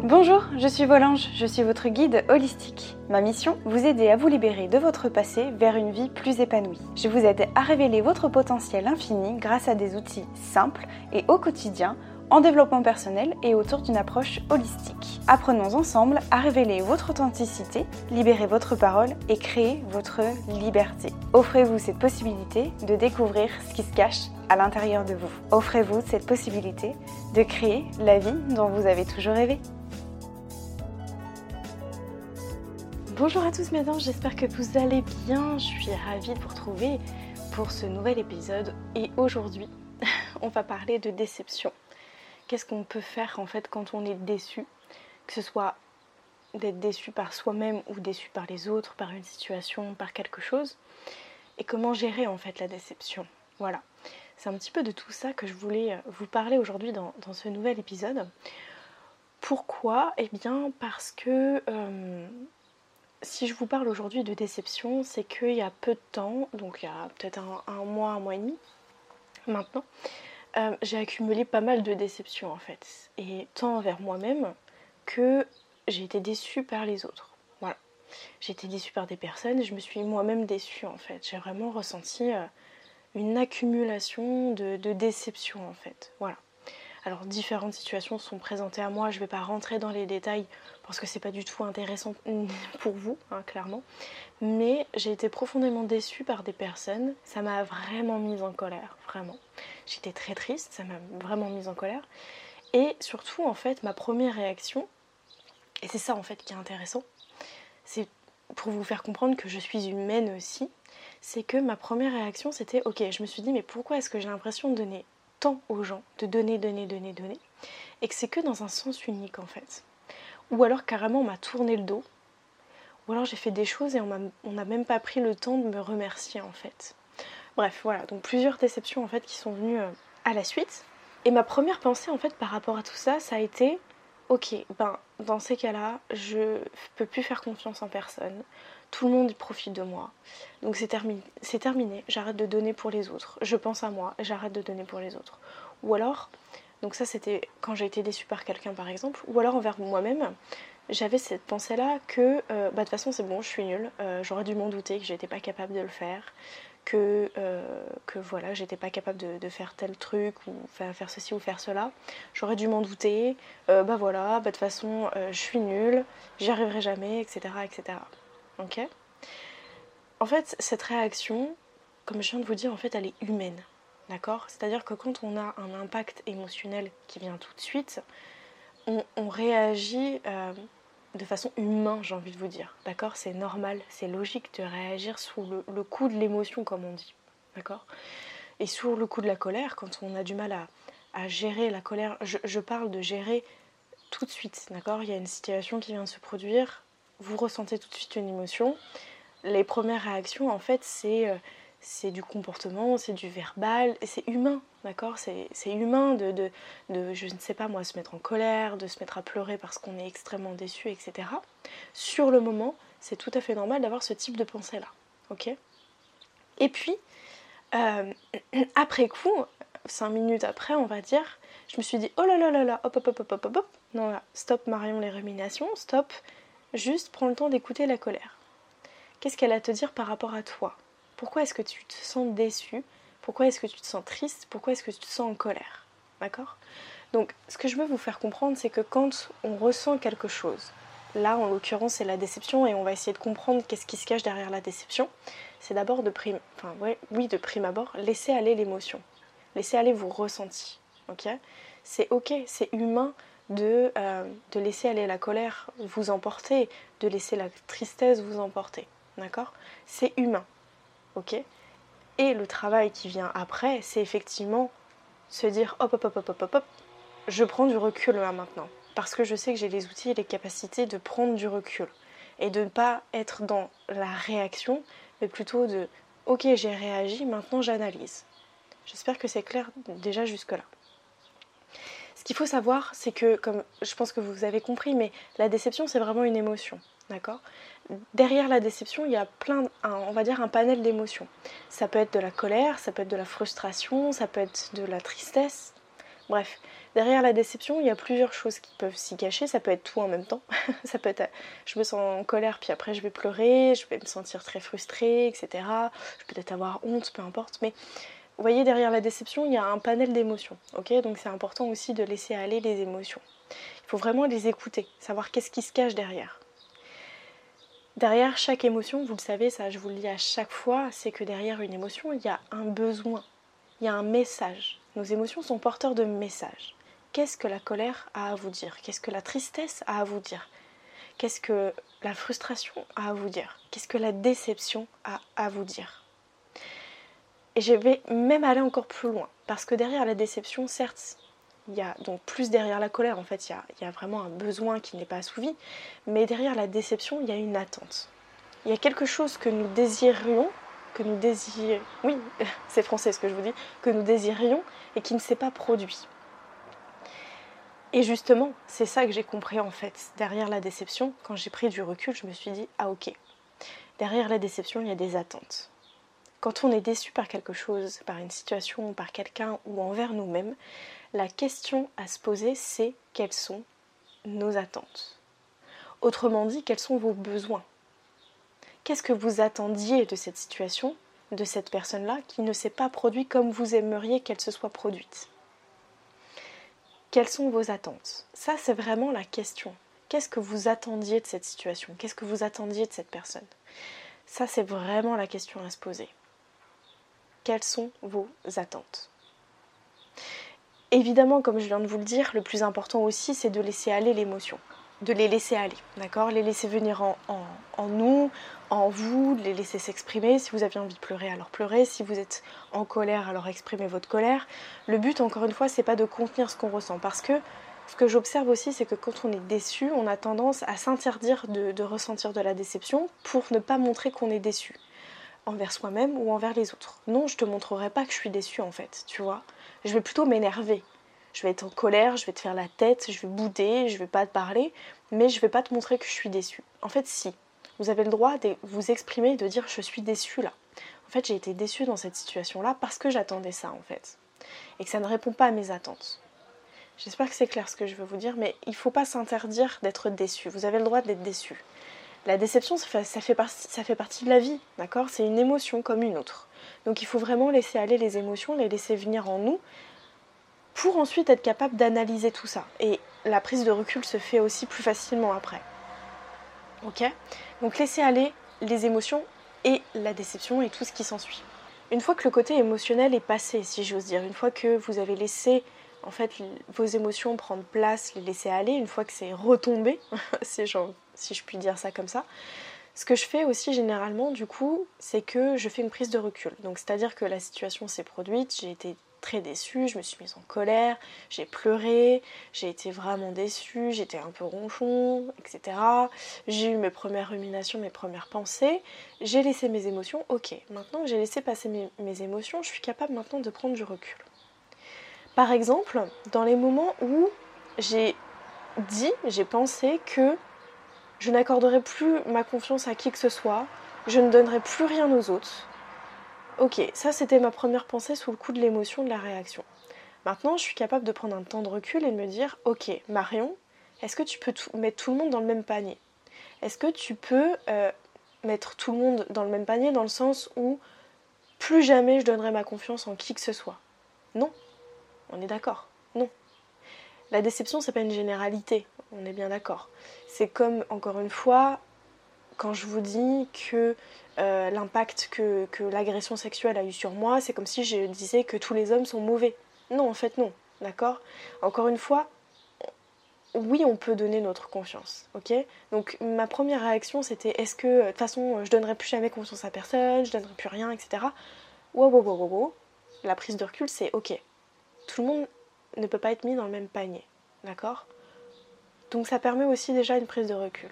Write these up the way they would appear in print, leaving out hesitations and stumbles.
Bonjour, je suis Volange, je suis votre guide holistique. Ma mission, vous aider à vous libérer de votre passé vers une vie plus épanouie. Je vous aide à révéler votre potentiel infini grâce à des outils simples et au quotidien, en développement personnel et autour d'une approche holistique. Apprenons ensemble à révéler votre authenticité, libérer votre parole et créer votre liberté. Offrez-vous cette possibilité de découvrir ce qui se cache à l'intérieur de vous. Offrez-vous cette possibilité de créer la vie dont vous avez toujours rêvé. Bonjour à tous mes anges, j'espère que vous allez bien. Je suis ravie de vous retrouver pour ce nouvel épisode. Et aujourd'hui, on va parler de déception. Qu'est-ce qu'on peut faire en fait quand on est déçu? Que ce soit d'être déçu par soi-même ou déçu par les autres, par une situation, par quelque chose. Et comment gérer en fait la déception. Voilà, c'est un petit peu de tout ça que je voulais vous parler aujourd'hui dans ce nouvel épisode. Pourquoi? Eh bien parce que... si je vous parle aujourd'hui de déception, c'est qu'il y a peu de temps, donc il y a peut-être un mois et demi maintenant, j'ai accumulé pas mal de déceptions en fait. Et tant envers moi-même que j'ai été déçue par les autres. Voilà. J'ai été déçue par des personnes et je me suis moi-même déçue en fait. J'ai vraiment ressenti une accumulation de déceptions en fait. Voilà. Alors différentes situations sont présentées à moi, je ne vais pas rentrer dans les détails parce que c'est pas du tout intéressant pour vous, hein, clairement. Mais j'ai été profondément déçue par des personnes, ça m'a vraiment mise en colère, vraiment. J'étais très triste, ça m'a vraiment mise en colère. Et surtout en fait ma première réaction, et c'est ça en fait qui est intéressant, c'est pour vous faire comprendre que je suis humaine aussi, c'est que ma première réaction c'était ok, je me suis dit mais pourquoi est-ce que j'ai l'impression de donner tant aux gens, de donner, et que c'est que dans un sens unique en fait. Ou alors carrément on m'a tourné le dos, ou alors j'ai fait des choses et on n'a même pas pris le temps de me remercier en fait. Bref, voilà, donc plusieurs déceptions en fait qui sont venues à la suite. Et ma première pensée en fait par rapport à tout ça, ça a été ok, dans ces cas-là, je peux plus faire confiance en personne. Tout le monde profite de moi. Donc c'est terminé, j'arrête de donner pour les autres. Je pense à moi, j'arrête de donner pour les autres. Ou alors, donc ça c'était quand j'ai été déçue par quelqu'un par exemple, ou alors envers moi-même, j'avais cette pensée-là que de toute façon c'est bon, je suis nulle, j'aurais dû m'en douter que j'étais pas capable de le faire, que voilà, j'étais pas capable de faire tel truc ou faire ceci ou faire cela. J'aurais dû m'en douter, de toute façon je suis nulle, j'y arriverai jamais, etc. etc. Ok? En fait, cette réaction, comme je viens de vous dire, en fait, elle est humaine. D'accord? C'est-à-dire que quand on a un impact émotionnel qui vient tout de suite, on réagit de façon humaine, j'ai envie de vous dire. D'accord? C'est normal, c'est logique de réagir sous le coup de l'émotion, comme on dit. D'accord? Et sous le coup de la colère, quand on a du mal à gérer la colère, je parle de gérer tout de suite. D'accord? Il y a une situation qui vient de se produire, vous ressentez tout de suite une émotion. Les premières réactions, en fait, c'est du comportement, c'est du verbal, et c'est humain, d'accord? C'est humain de, je ne sais pas moi, se mettre en colère, de se mettre à pleurer parce qu'on est extrêmement déçu, etc. Sur le moment, c'est tout à fait normal d'avoir ce type de pensée-là, ok? Et puis, après coup, 5 minutes après, on va dire, je me suis dit, oh là là là là, hop hop hop hop hop hop, non là, stop Marion les ruminations, stop, juste prends le temps d'écouter la colère. Qu'est-ce qu'elle a à te dire par rapport à toi? Pourquoi est-ce que tu te sens déçu? Pourquoi est-ce que tu te sens triste? Pourquoi est-ce que tu te sens en colère? D'accord? Donc, ce que je veux vous faire comprendre, c'est que quand on ressent quelque chose, là, en l'occurrence, c'est la déception, et on va essayer de comprendre qu'est-ce qui se cache derrière la déception, c'est d'abord de prime abord, laisser aller l'émotion. Laisser aller vos ressentis. Ok? C'est ok, c'est humain de laisser aller la colère vous emporter, de laisser la tristesse vous emporter. D'accord? C'est humain, ok? Et le travail qui vient après, c'est effectivement se dire hop hop hop hop hop hop hop, je prends du recul là maintenant, parce que je sais que j'ai les outils et les capacités de prendre du recul et de ne pas être dans la réaction, mais plutôt de ok, j'ai réagi, maintenant j'analyse. J'espère que c'est clair déjà jusque-là. Ce qu'il faut savoir, c'est que, comme je pense que vous avez compris, mais la déception, c'est vraiment une émotion, d'accord? Derrière la déception, il y a on va dire un panel d'émotions. Ça peut être de la colère, ça peut être de la frustration, ça peut être de la tristesse. Bref, Derrière la déception, il y a plusieurs choses qui peuvent s'y cacher. Ça peut être tout en même temps. Ça peut être, je me sens en colère, puis après je vais pleurer, je vais me sentir très frustrée, etc. Je vais peut-être avoir honte, peu importe. Mais vous voyez, derrière la déception, il y a un panel d'émotions. Ok, donc c'est important aussi de laisser aller les émotions. Il faut vraiment les écouter, savoir qu'est-ce qui se cache derrière. Derrière chaque émotion, vous le savez, ça je vous le dis à chaque fois, c'est que derrière une émotion, il y a un besoin, il y a un message. Nos émotions sont porteurs de messages. Qu'est-ce que la colère a à vous dire? Qu'est-ce que la tristesse a à vous dire? Qu'est-ce que la frustration a à vous dire? Qu'est-ce que la déception a à vous dire? Et je vais même aller encore plus loin, parce que derrière la déception, certes, il y a donc plus derrière la colère, en fait, il y a vraiment un besoin qui n'est pas assouvi, mais derrière la déception, il y a une attente. Il y a quelque chose que nous désirions, oui, c'est français ce que je vous dis, que nous désirions et qui ne s'est pas produit. Et justement, c'est ça que j'ai compris en fait. Derrière la déception, quand j'ai pris du recul, je me suis dit, ah ok, derrière la déception, il y a des attentes. Quand on est déçu par quelque chose, par une situation, par quelqu'un ou envers nous-mêmes, la question à se poser, c'est quelles sont nos attentes. Autrement dit, quels sont vos besoins? Qu'est-ce que vous attendiez de cette situation, de cette personne-là, qui ne s'est pas produite comme vous aimeriez qu'elle se soit produite? Quelles sont vos attentes? Ça, c'est vraiment la question. Qu'est-ce que vous attendiez de cette situation? Qu'est-ce que vous attendiez de cette personne? Ça, c'est vraiment la question à se poser. Quelles sont vos attentes? Évidemment, comme je viens de vous le dire, le plus important aussi, c'est de laisser aller l'émotion. De les laisser aller, d'accord? Les laisser venir en nous, en vous, les laisser s'exprimer. Si vous avez envie de pleurer, alors pleurez. Si vous êtes en colère, alors exprimez votre colère. Le but, encore une fois, c'est pas de contenir ce qu'on ressent. Parce que ce que j'observe aussi, c'est que quand on est déçu, on a tendance à s'interdire de ressentir de la déception pour ne pas montrer qu'on est déçu. Envers soi-même ou envers les autres. Non, je te montrerai pas que je suis déçue en fait, tu vois. Je vais plutôt m'énerver. Je vais être en colère, je vais te faire la tête, je vais bouder, je vais pas te parler, mais je vais pas te montrer que je suis déçue. En fait, si. Vous avez le droit de vous exprimer et de dire je suis déçue là. En fait, j'ai été déçue dans cette situation-là parce que j'attendais ça en fait. Et que ça ne répond pas à mes attentes. J'espère que c'est clair ce que je veux vous dire, mais il faut pas s'interdire d'être déçu. Vous avez le droit d'être déçu. La déception, ça fait partie de la vie, d'accord? C'est une émotion comme une autre. Donc il faut vraiment laisser aller les émotions, les laisser venir en nous, pour ensuite être capable d'analyser tout ça. Et la prise de recul se fait aussi plus facilement après. Ok? Donc laissez aller les émotions et la déception et tout ce qui s'ensuit. Une fois que le côté émotionnel est passé, si j'ose dire, une fois que vous avez laissé en fait vos émotions prendre place, les laisser aller, une fois que c'est retombé, si je puis dire ça comme ça, ce que je fais aussi généralement du coup, c'est que je fais une prise de recul. Donc c'est-à-dire que la situation s'est produite, j'ai été très déçue, je me suis mise en colère, j'ai pleuré, j'ai été vraiment déçue, j'étais un peu ronchon, etc. J'ai eu mes premières ruminations, mes premières pensées, j'ai laissé mes émotions, ok, maintenant que j'ai laissé passer mes émotions, je suis capable maintenant de prendre du recul. Par exemple, dans les moments où j'ai pensé que je n'accorderai plus ma confiance à qui que ce soit, je ne donnerai plus rien aux autres. Ok, ça c'était ma première pensée sous le coup de l'émotion, de la réaction. Maintenant, je suis capable de prendre un temps de recul et de me dire, ok, Marion, est-ce que tu peux mettre tout le monde dans le même panier? Est-ce que tu peux mettre tout le monde dans le même panier dans le sens où plus jamais je donnerai ma confiance en qui que ce soit? Non. On est d'accord? Non. La déception, c'est pas une généralité, on est bien d'accord. C'est comme, encore une fois, quand je vous dis que l'impact que l'agression sexuelle a eu sur moi, c'est comme si je disais que tous les hommes sont mauvais. Non, en fait, non. D'accord? Encore une fois, oui, on peut donner notre confiance, ok? Donc, ma première réaction, c'était est-ce que, de toute façon, je donnerai plus jamais confiance à personne, je donnerai plus rien, etc. Wow. La prise de recul, c'est ok. Tout le monde ne peut pas être mis dans le même panier, d'accord? Donc ça permet aussi déjà une prise de recul.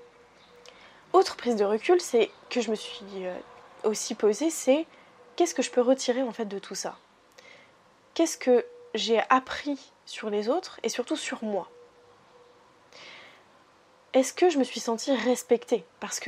Autre prise de recul, c'est que je me suis aussi posée, c'est qu'est-ce que je peux retirer en fait de tout ça? Qu'est-ce que j'ai appris sur les autres et surtout sur moi? Est-ce que je me suis sentie respectée? Parce que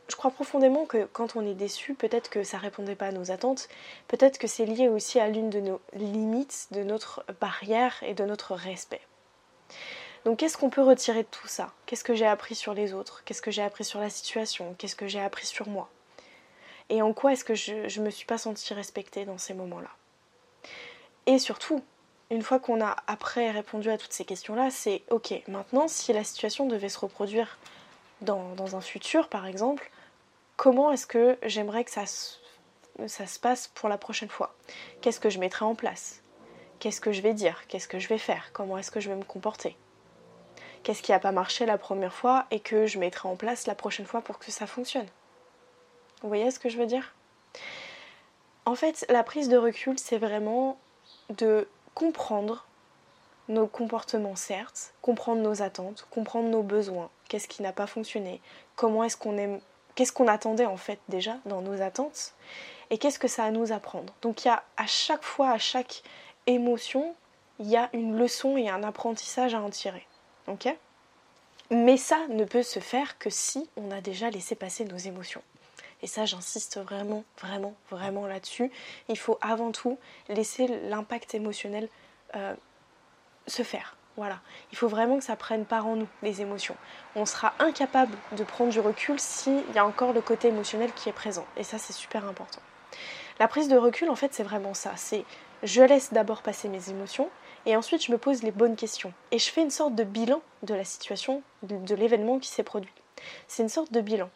je crois profondément que quand on est déçu, peut-être que ça répondait pas à nos attentes, peut-être que c'est lié aussi à l'une de nos limites, de notre barrière et de notre respect. Donc qu'est-ce qu'on peut retirer de tout ça? Qu'est-ce que j'ai appris sur les autres? Qu'est-ce que j'ai appris sur la situation? Qu'est-ce que j'ai appris sur moi? Et en quoi est-ce que je me suis pas sentie respectée dans ces moments-là? Et surtout, une fois qu'on a après répondu à toutes ces questions-là, c'est ok, maintenant si la situation devait se reproduire dans un futur par exemple, comment est-ce que j'aimerais que ça se passe pour la prochaine fois? Qu'est-ce que je mettrai en place? Qu'est-ce que je vais dire? Qu'est-ce que je vais faire? Comment est-ce que je vais me comporter? Qu'est-ce qui n'a pas marché la première fois et que je mettrai en place la prochaine fois pour que ça fonctionne? Vous voyez ce que je veux dire? En fait, la prise de recul, c'est vraiment de comprendre nos comportements certes, comprendre nos attentes, comprendre nos besoins, qu'est-ce qui n'a pas fonctionné, comment est-ce qu'on aime, qu'est-ce qu'on attendait en fait déjà dans nos attentes et qu'est-ce que ça a à nous apprendre. Donc il y a à chaque fois, à chaque émotion, il y a une leçon et un apprentissage à en tirer. Ok ? Mais ça ne peut se faire que si on a déjà laissé passer nos émotions. Et ça, j'insiste vraiment, vraiment, vraiment là-dessus. Il faut avant tout laisser l'impact émotionnel se faire. Voilà. Il faut vraiment que ça prenne part en nous, les émotions. On sera incapable de prendre du recul s'il y a encore le côté émotionnel qui est présent. Et ça, c'est super important. La prise de recul, en fait, c'est vraiment ça. C'est je laisse d'abord passer mes émotions et ensuite je me pose les bonnes questions. Et je fais une sorte de bilan de la situation, de l'événement qui s'est produit. C'est une sorte de bilan.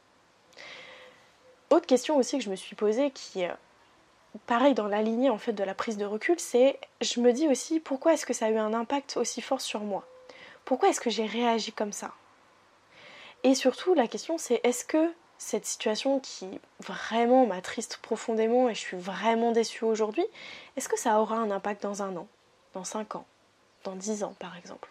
Autre question aussi que je me suis posée qui est pareil dans la lignée en fait de la prise de recul, c'est je me dis aussi pourquoi est-ce que ça a eu un impact aussi fort sur moi? Pourquoi est-ce que j'ai réagi comme ça? Et surtout la question c'est est-ce que cette situation qui vraiment m'attriste profondément et je suis vraiment déçue aujourd'hui, est-ce que ça aura un impact dans 1 an, dans 5 ans, dans 10 ans par exemple?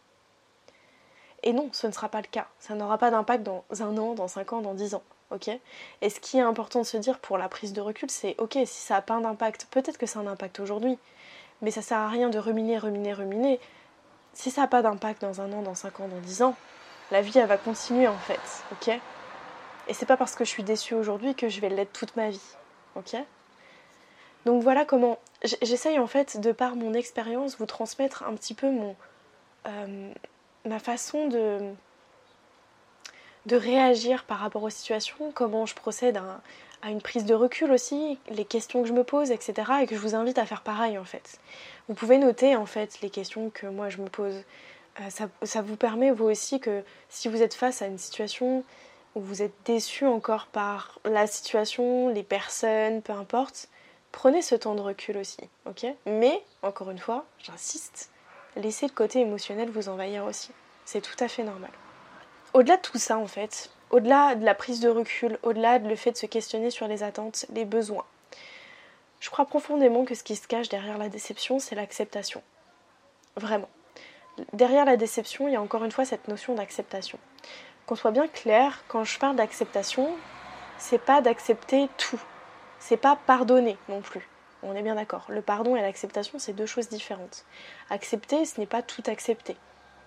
Et non, ce ne sera pas le cas. Ça n'aura pas d'impact dans 1 an, dans 5 ans, dans 10 ans. Ok ? Et ce qui est important de se dire pour la prise de recul, c'est ok, si ça n'a pas d'impact, peut-être que ça a un impact aujourd'hui, mais ça sert à rien de ruminer. Si ça n'a pas d'impact dans 1 an, dans 5 ans, dans 10 ans, la vie elle va continuer en fait. Ok ? Et c'est pas parce que je suis déçue aujourd'hui que je vais l'être toute ma vie. Ok ? Donc voilà comment j'essaye en fait de par mon expérience vous transmettre un petit peu ma façon de réagir par rapport aux situations, comment je procède à une prise de recul aussi, les questions que je me pose, etc. Et que je vous invite à faire pareil en fait. Vous pouvez noter en fait les questions que moi je me pose. Ça vous permet vous aussi que si vous êtes face à une situation où vous êtes déçu encore par la situation, les personnes, peu importe, prenez ce temps de recul aussi, ok ? Mais, encore une fois, j'insiste, laissez le côté émotionnel vous envahir aussi. C'est tout à fait normal. Au-delà de tout ça, en fait, au-delà de la prise de recul, au-delà de le fait de se questionner sur les attentes, les besoins, je crois profondément que ce qui se cache derrière la déception, c'est l'acceptation. Vraiment. Derrière la déception, il y a encore une fois cette notion d'acceptation. Qu'on soit bien clair, quand je parle d'acceptation, c'est pas d'accepter tout. C'est pas pardonner non plus. On est bien d'accord. Le pardon et l'acceptation, c'est 2 choses différentes. Accepter, ce n'est pas tout accepter. D'accord ?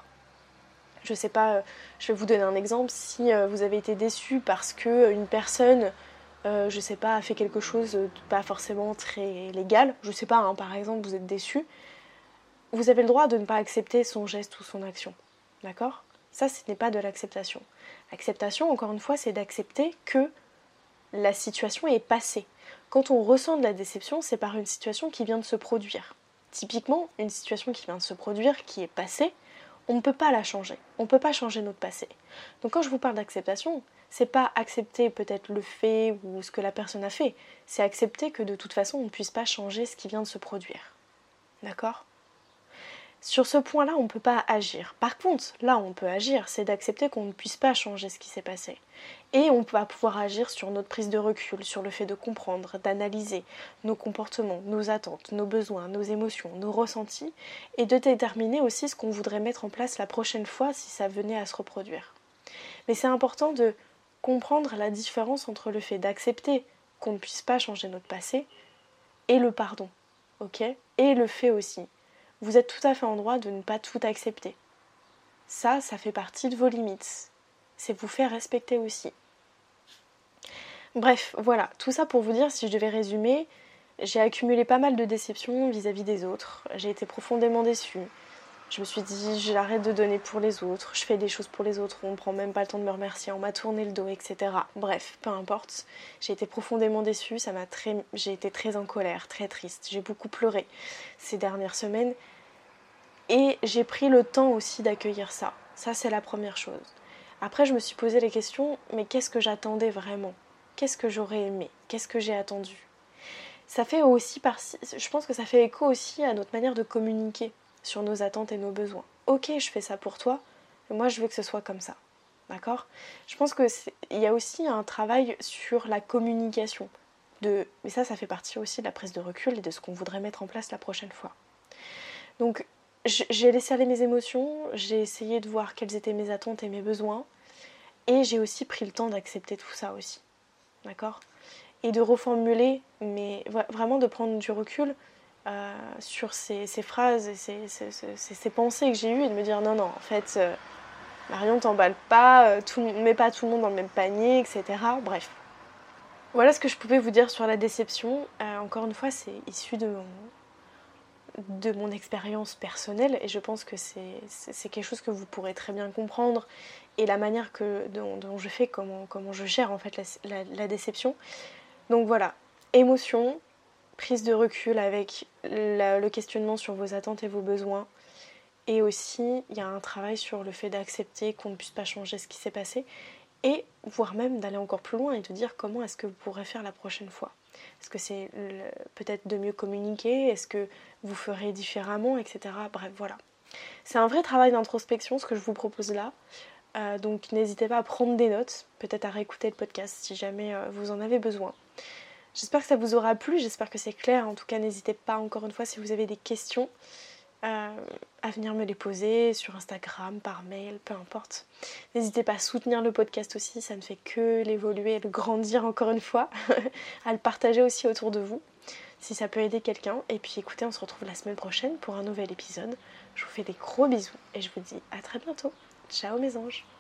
Je sais pas, je vais vous donner un exemple. Si vous avez été déçu parce que une personne, je sais pas, a fait quelque chose de pas forcément très légal, je sais pas, hein, par exemple, vous êtes déçu, vous avez le droit de ne pas accepter son geste ou son action. D'accord ? Ça, ce n'est pas de l'acceptation. L'acceptation, encore une fois, c'est d'accepter que la situation est passée. Quand on ressent de la déception, c'est par une situation qui vient de se produire. Typiquement, une situation qui vient de se produire, qui est passée, on ne peut pas la changer. On ne peut pas changer notre passé. Donc quand je vous parle d'acceptation, c'est pas accepter peut-être le fait ou ce que la personne a fait. C'est accepter que de toute façon, on ne puisse pas changer ce qui vient de se produire. D'accord ? Sur ce point-là, on ne peut pas agir. Par contre, là, on peut agir, c'est d'accepter qu'on ne puisse pas changer ce qui s'est passé. Et on va pouvoir agir sur notre prise de recul, sur le fait de comprendre, d'analyser nos comportements, nos attentes, nos besoins, nos émotions, nos ressentis, et de déterminer aussi ce qu'on voudrait mettre en place la prochaine fois si ça venait à se reproduire. Mais c'est important de comprendre la différence entre le fait d'accepter qu'on ne puisse pas changer notre passé et le pardon, ok ? Et le fait aussi. Vous êtes tout à fait en droit de ne pas tout accepter. Ça fait partie de vos limites. C'est vous faire respecter aussi. Bref, voilà, tout ça pour vous dire, si je devais résumer, j'ai accumulé pas mal de déceptions vis-à-vis des autres. J'ai été profondément déçue. Je me suis dit, j'arrête de donner pour les autres, je fais des choses pour les autres, on ne prend même pas le temps de me remercier, on m'a tourné le dos, etc. Bref, peu importe. J'ai été profondément déçue, j'ai été très en colère, très triste. J'ai beaucoup pleuré ces dernières semaines. Et j'ai pris le temps aussi d'accueillir ça. Ça, c'est la première chose. Après, je me suis posé les questions, mais qu'est-ce que j'attendais vraiment? Qu'est-ce que j'aurais aimé? Qu'est-ce que j'ai attendu? Ça fait aussi partie, je pense que ça fait écho aussi à notre manière de communiquer sur nos attentes et nos besoins. Ok, je fais ça pour toi, mais moi je veux que ce soit comme ça. D'accord? Je pense qu'il y a aussi un travail sur la communication. Mais ça fait partie aussi de la prise de recul et de ce qu'on voudrait mettre en place la prochaine fois. Donc, j'ai laissé aller mes émotions, j'ai essayé de voir quelles étaient mes attentes et mes besoins, et j'ai aussi pris le temps d'accepter tout ça aussi. D'accord? Et de reformuler, mais vraiment de prendre du recul sur ces phrases et ces pensées que j'ai eues et de me dire non, en fait, Marion, t'emballe pas, mets pas tout le monde dans le même panier, etc. Bref. Voilà ce que je pouvais vous dire sur la déception. Encore une fois, c'est issu de mon expérience personnelle et je pense que c'est quelque chose que vous pourrez très bien comprendre et la manière dont je fais, comment je gère en fait la déception. Donc voilà, émotion, prise de recul avec le questionnement sur vos attentes et vos besoins. Et aussi, il y a un travail sur le fait d'accepter qu'on ne puisse pas changer ce qui s'est passé et voire même d'aller encore plus loin et de dire comment est-ce que vous pourrez faire la prochaine fois. Est-ce que c'est peut-être de mieux communiquer? Est-ce que vous ferez différemment, etc. Bref, voilà. C'est un vrai travail d'introspection ce que je vous propose là. Donc n'hésitez pas à prendre des notes, peut-être à réécouter le podcast si jamais vous en avez besoin. J'espère que ça vous aura plu, j'espère que c'est clair. En tout cas, n'hésitez pas encore une fois si vous avez des questions à venir me les poser sur Instagram, par mail, peu importe. N'hésitez pas à soutenir le podcast aussi, ça ne fait que l'évoluer et le grandir encore une fois, à le partager aussi autour de vous, si ça peut aider quelqu'un. Et puis écoutez, on se retrouve la semaine prochaine pour un nouvel épisode. Je vous fais des gros bisous et je vous dis à très bientôt. Ciao mes anges!